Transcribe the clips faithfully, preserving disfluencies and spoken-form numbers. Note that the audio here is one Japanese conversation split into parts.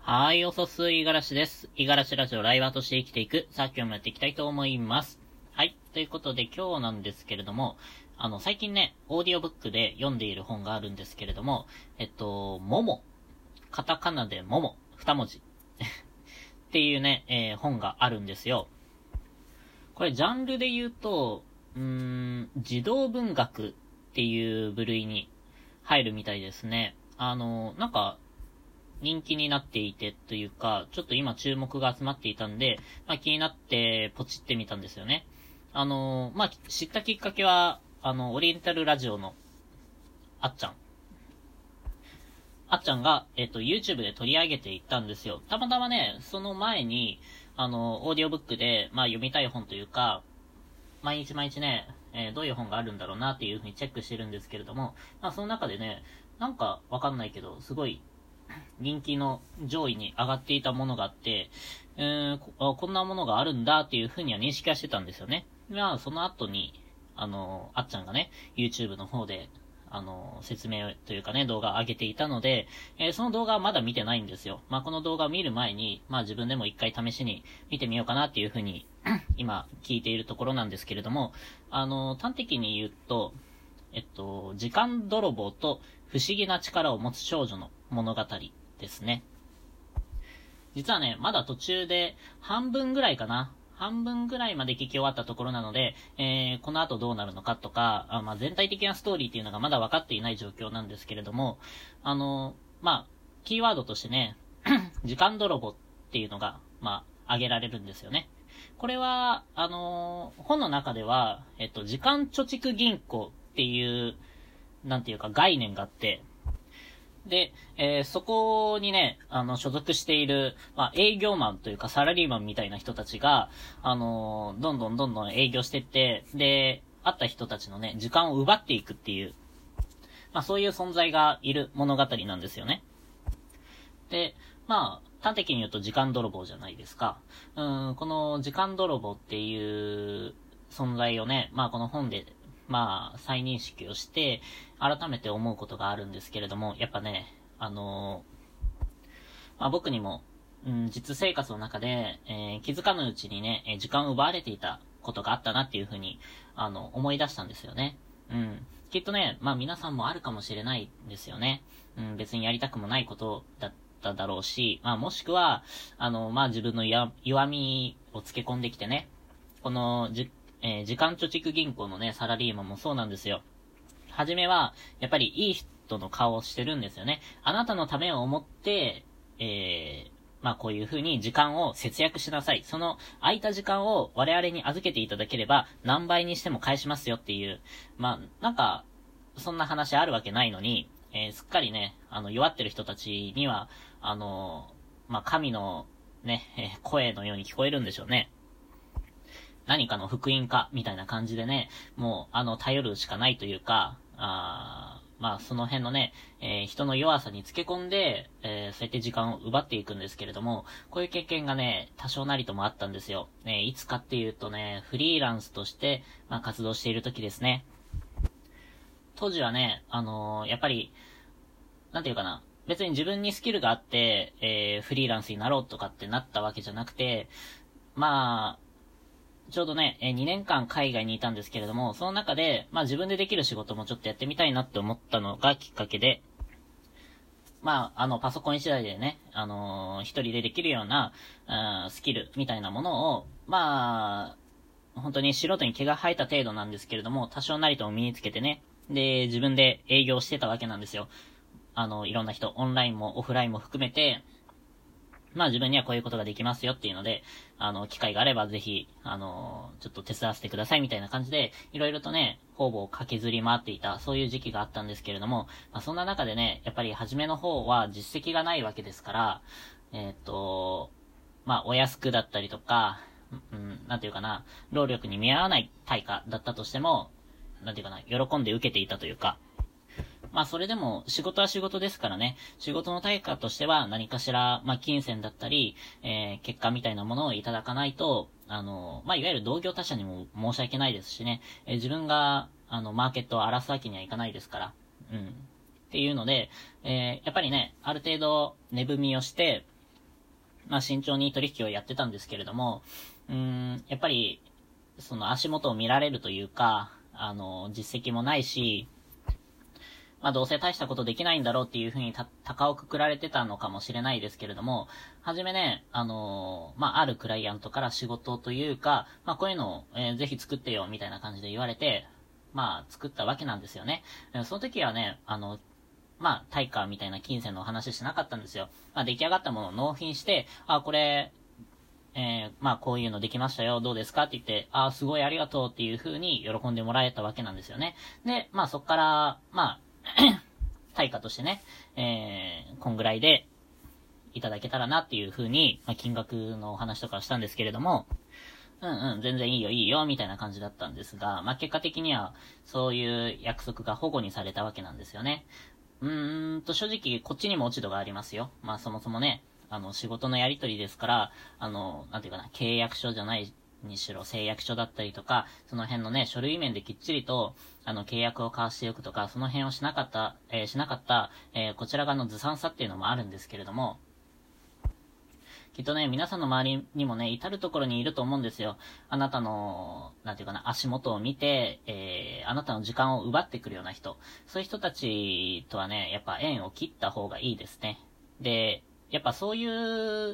はい、おそすいがらしです。いがらしラジオライバーとして生きていく。さあ、今日もやっていきたいと思います。はい、ということで今日なんですけれども、あの、最近ね、オーディオブックで読んでいる本があるんですけれども、えっと、もも。カタカナでもも。二文字。っていうね、えー、本があるんですよ。これ、ジャンルで言うと、うーん、児童文学っていう部類に入るみたいですね。あの、なんか、人気になっていてというか、ちょっと今注目が集まっていたんで、まあ気になってポチってみたんですよね。あのー、まあ知ったきっかけは、あの、オリエンタルラジオのあっちゃん。あっちゃんが、えっと、YouTube で取り上げていったんですよ。たまたまね、その前に、あの、オーディオブックで、まあ読みたい本というか、毎日毎日ね、えーどういう本があるんだろうなっていうふうにチェックしてるんですけれども、まあその中でね、なんかわかんないけど、すごい人気の上位に上がっていたものがあって、えー、こ, こんなものがあるんだっていうふうには認識はしてたんですよね。まあ、その後に、あの、あっちゃんがね、YouTube の方で、あの、説明というかね、動画を上げていたので、えー、その動画はまだ見てないんですよ。まあ、この動画を見る前に、まあ自分でも一回試しに見てみようかなっていうふうに、今、聞いているところなんですけれども、あの、端的に言うと、えっと、時間泥棒と不思議な力を持つ少女の物語ですね。実はね、まだ途中で半分ぐらいかな。半分ぐらいまで聞き終わったところなので、えー、この後どうなるのかとか、あまあ、全体的なストーリーっていうのがまだ分かっていない状況なんですけれども、あの、まあ、キーワードとしてね、時間泥棒っていうのが、まあ、挙げられるんですよね。これは、あのー本の中では、えっと、時間貯蓄銀行っていう、なんていうか概念があって、で、えーそこにね、あの、所属している、まあ、営業マンというかサラリーマンみたいな人たちが、あのーどんどんどんどん営業してって、で、会った人たちのね、時間を奪っていくっていう、まあ、そういう存在がいる物語なんですよね。で、まあ、端的に言うと時間泥棒じゃないですか。うーん、この時間泥棒っていう存在をね、まあこの本で、まあ再認識をして、改めて思うことがあるんですけれども、やっぱね、あのーまあ僕にも、うん、実生活の中で、えー気づかぬうちにね、えー時間を奪われていたことがあったなっていうふうに、あの、思い出したんですよね。うん。きっとね、まあ皆さんもあるかもしれないんですよね。うん、別にやりたくもないことだっただろうし、まあもしくは、あの、まあ自分の弱みをつけ込んできてね、このじ、えー時間貯蓄銀行のね、サラリーマンもそうなんですよ。はじめは、やっぱりいい人の顔をしてるんですよね。あなたのためを思って、えー、まあこういう風に時間を節約しなさい。その空いた時間を我々に預けていただければ何倍にしても返しますよっていう、まあなんか、そんな話あるわけないのに、えー、すっかりね、あの弱ってる人たちには、あのまあ神のね、えー声のように聞こえるんでしょうね。何かの福音か、みたいな感じでね、もう、あの、頼るしかないというか、あまあ、その辺のね、えー人の弱さにつけ込んで、えーそうやって時間を奪っていくんですけれども、こういう経験がね、多少なりともあったんですよ。ね、いつかっていうとね、フリーランスとして、まあ、活動している時ですね。当時はね、あのーやっぱり、なんていうかな、別に自分にスキルがあって、えーフリーランスになろうとかってなったわけじゃなくて、まあ、ちょうどね、えーにねんかん海外にいたんですけれども、その中で、まあ自分でできる仕事もちょっとやってみたいなって思ったのがきっかけで、まあ、あの、パソコン一台でね、あのー一人でできるような、うんスキルみたいなものを、まあ、本当に素人に毛が生えた程度なんですけれども、多少なりとも身につけてね、で、自分で営業してたわけなんですよ。あの、いろんな人、オンラインもオフラインも含めて、まあ自分にはこういうことができますよっていうので、あの、機会があればぜひ、あの、ちょっと手伝わせてくださいみたいな感じで、いろいろとね、方々を駆けずり回っていた、そういう時期があったんですけれども、まあそんな中でね、やっぱり初めの方は実績がないわけですから、えーっと、まあお安くだったりとか、うん、なんていうかな、労力に見合わない対価だったとしても、なんていうかな、喜んで受けていたというか、まあそれでも仕事は仕事ですからね、仕事の対価としては何かしら、まあ金銭だったり、えー、結果みたいなものをいただかないと、あの、まあいわゆる同業他社にも申し訳ないですしね、えー、自分が、あの、マーケットを荒らすわけにはいかないですから、うん。っていうので、えー、やっぱりね、ある程度値踏みをして、 まあ慎重に取引をやってたんですけれども、うーん、やっぱり、その足元を見られるというか、あの、実績もないし、まあどうせ大したことできないんだろうっていうふうにた、高をくくられてたのかもしれないですけれども、はじめね、あのー、まああるクライアントから仕事というか、まあこういうのを、えー、ぜひ作ってよみたいな感じで言われて、まあ作ったわけなんですよね。その時はね、あの、まあ対価みたいな金銭のお話しなかったんですよ。まあ出来上がったものを納品して、あ、これ、えー、まあこういうのできましたよ、どうですかって言って、あ、すごいありがとうっていう風に喜んでもらえたわけなんですよね。で、まあそっから、まあ、対価としてね、えー、こんぐらいでいただけたらなっていう風に、まあ、金額のお話とかしたんですけれども、うんうん、全然いいよいいよ、みたいな感じだったんですが、まあ、結果的には、そういう約束が保護にされたわけなんですよね。うーんと、正直、こっちにも落ち度がありますよ。まあ、そもそもね、あの、仕事のやりとりですから、あの、なんていうかな、契約書じゃないにしろ、誓約書だったりとか、その辺のね、書類面できっちりと、あの、契約を交わしておくとか、その辺をしなかった、えー、しなかった、えー、こちら側のずさんさっていうのもあるんですけれども、きっとね、皆さんの周りにもね、至るところにいると思うんですよ。あなたの、なんていうかな、足元を見て、えー、あなたの時間を奪ってくるような人。そういう人たちとはね、やっぱ縁を切った方がいいですね。で、やっぱそういう、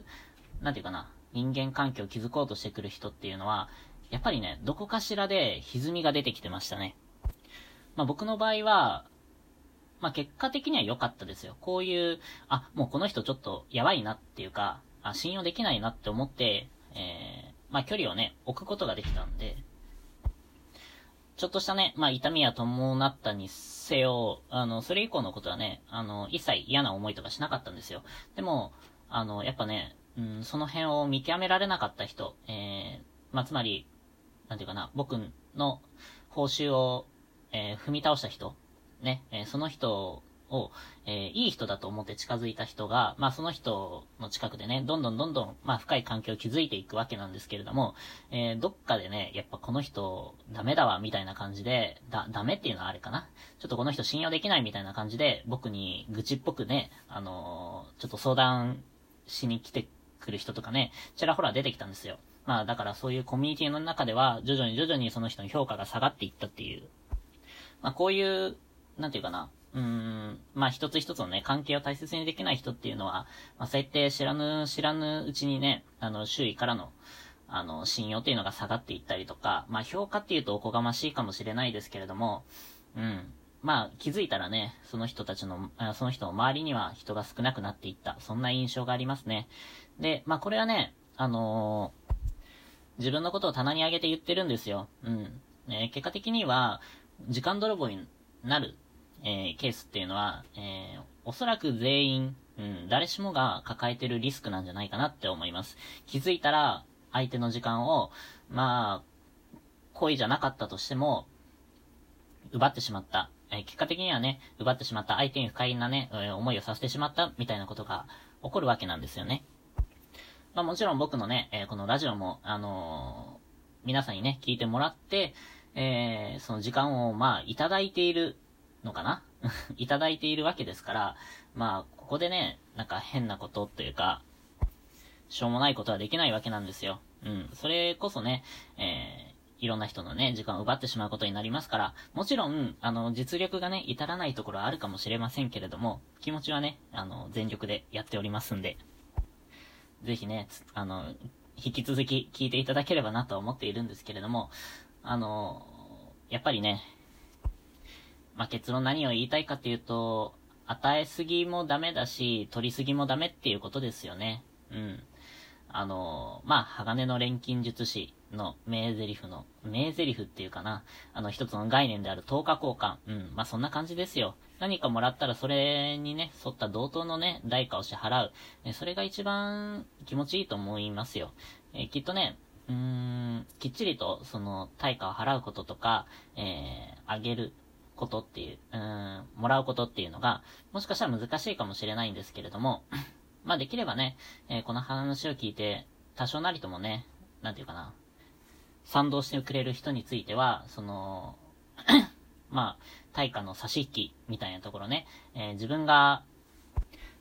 なんていうかな、人間関係を築こうとしてくる人っていうのは、やっぱりね、どこかしらで歪みが出てきてましたね。まあ僕の場合は、まあ結果的には良かったですよ。こういう、あ、もうこの人ちょっとやばいなっていうか、あ、信用できないなって思って、えー、まあ距離をね、置くことができたんで、ちょっとしたね、まあ痛みは伴ったにせよ、あの、それ以降のことはね、あの、一切嫌な思いとかしなかったんですよ。でも、あの、やっぱね、うん、その辺を見極められなかった人、えー、まあつまり、なんていうかな、僕の報酬を、えー、踏み倒した人、ね、えー、その人を、えー、いい人だと思って近づいた人が、まあその人の近くでね、どんどんどんどん、まあ深い関係を築いていくわけなんですけれども、えー、どっかでね、やっぱこの人ダメだわ、みたいな感じで、だ、ダメっていうのはあれかな。ちょっとこの人信用できないみたいな感じで、僕に愚痴っぽくね、あのー、ちょっと相談しに来てくる人とかね、ちらほら出てきたんですよ。まあだからそういうコミュニティの中では、徐々に徐々にその人の評価が下がっていったっていう。まあこういう、なんていうかな、うーん、まあ一つ一つのね、関係を大切にできない人っていうのは、まあそうやって知らぬ、知らぬうちにね、あの、周囲からの、あの、信用っていうのが下がっていったりとか、まあ評価っていうとおこがましいかもしれないですけれども、うん。まあ気づいたらね、その人たちの、その人の周りには人が少なくなっていった、そんな印象がありますね。で、まあこれはね、あのー、自分のことを棚に上げて言ってるんですよ。うん。えー、結果的には、時間泥棒になる、えー、ケースっていうのは、えー、おそらく全員、うん、誰しもが抱えてるリスクなんじゃないかなって思います。気づいたら、相手の時間を、まあ、故意じゃなかったとしても、奪ってしまった。えー、結果的にはね、奪ってしまった相手に不快なね、えー、思いをさせてしまったみたいなことが起こるわけなんですよね。まあもちろん僕のね、えー、このラジオも、あのー、皆さんにね、聞いてもらって、えー、その時間を、まあ、いただいているのかないただいているわけですから、まあ、ここでね、なんか変なことというか、しょうもないことはできないわけなんですよ。うん。それこそね、えー、いろんな人のね、時間を奪ってしまうことになりますから、もちろん、あの、実力がね、至らないところはあるかもしれませんけれども、気持ちはね、あの、全力でやっておりますんで、ぜひね、あの、引き続き聞いていただければなと思っているんですけれども、あの、やっぱりね、まあ、結論何を言いたいかっていうと、与えすぎもダメだし、取りすぎもダメっていうことですよね。うん。あの、まあ、鋼の錬金術師の名台詞の、名台詞っていうかな、あの一つの概念である等価交換。うん。まあ、そんな感じですよ。何かもらったらそれにね、沿った同等のね、代価を支払う。えそれが一番気持ちいいと思いますよ。えー、きっとね、うーん、きっちりとその対価を払うこととか、えー、あげることっていう、うーん、もらうことっていうのが、もしかしたら難しいかもしれないんですけれども、まあできればね、えー、この話を聞いて、多少なりともね、なんていうかな、賛同してくれる人については、その、まあ、対価の差し引きみたいなところね、えー、自分が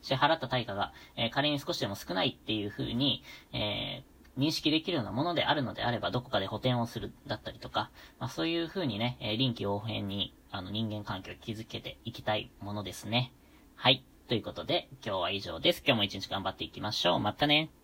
支払った対価が、えー、仮に少しでも少ないっていう風に、えー認識できるようなものであるのであれば、どこかで補填をするだったりとか、まあそういう風にね、えー臨機応変に、あの人間関係を築けていきたいものですね。はい。ということで、今日は以上です。今日も一日頑張っていきましょう。またね。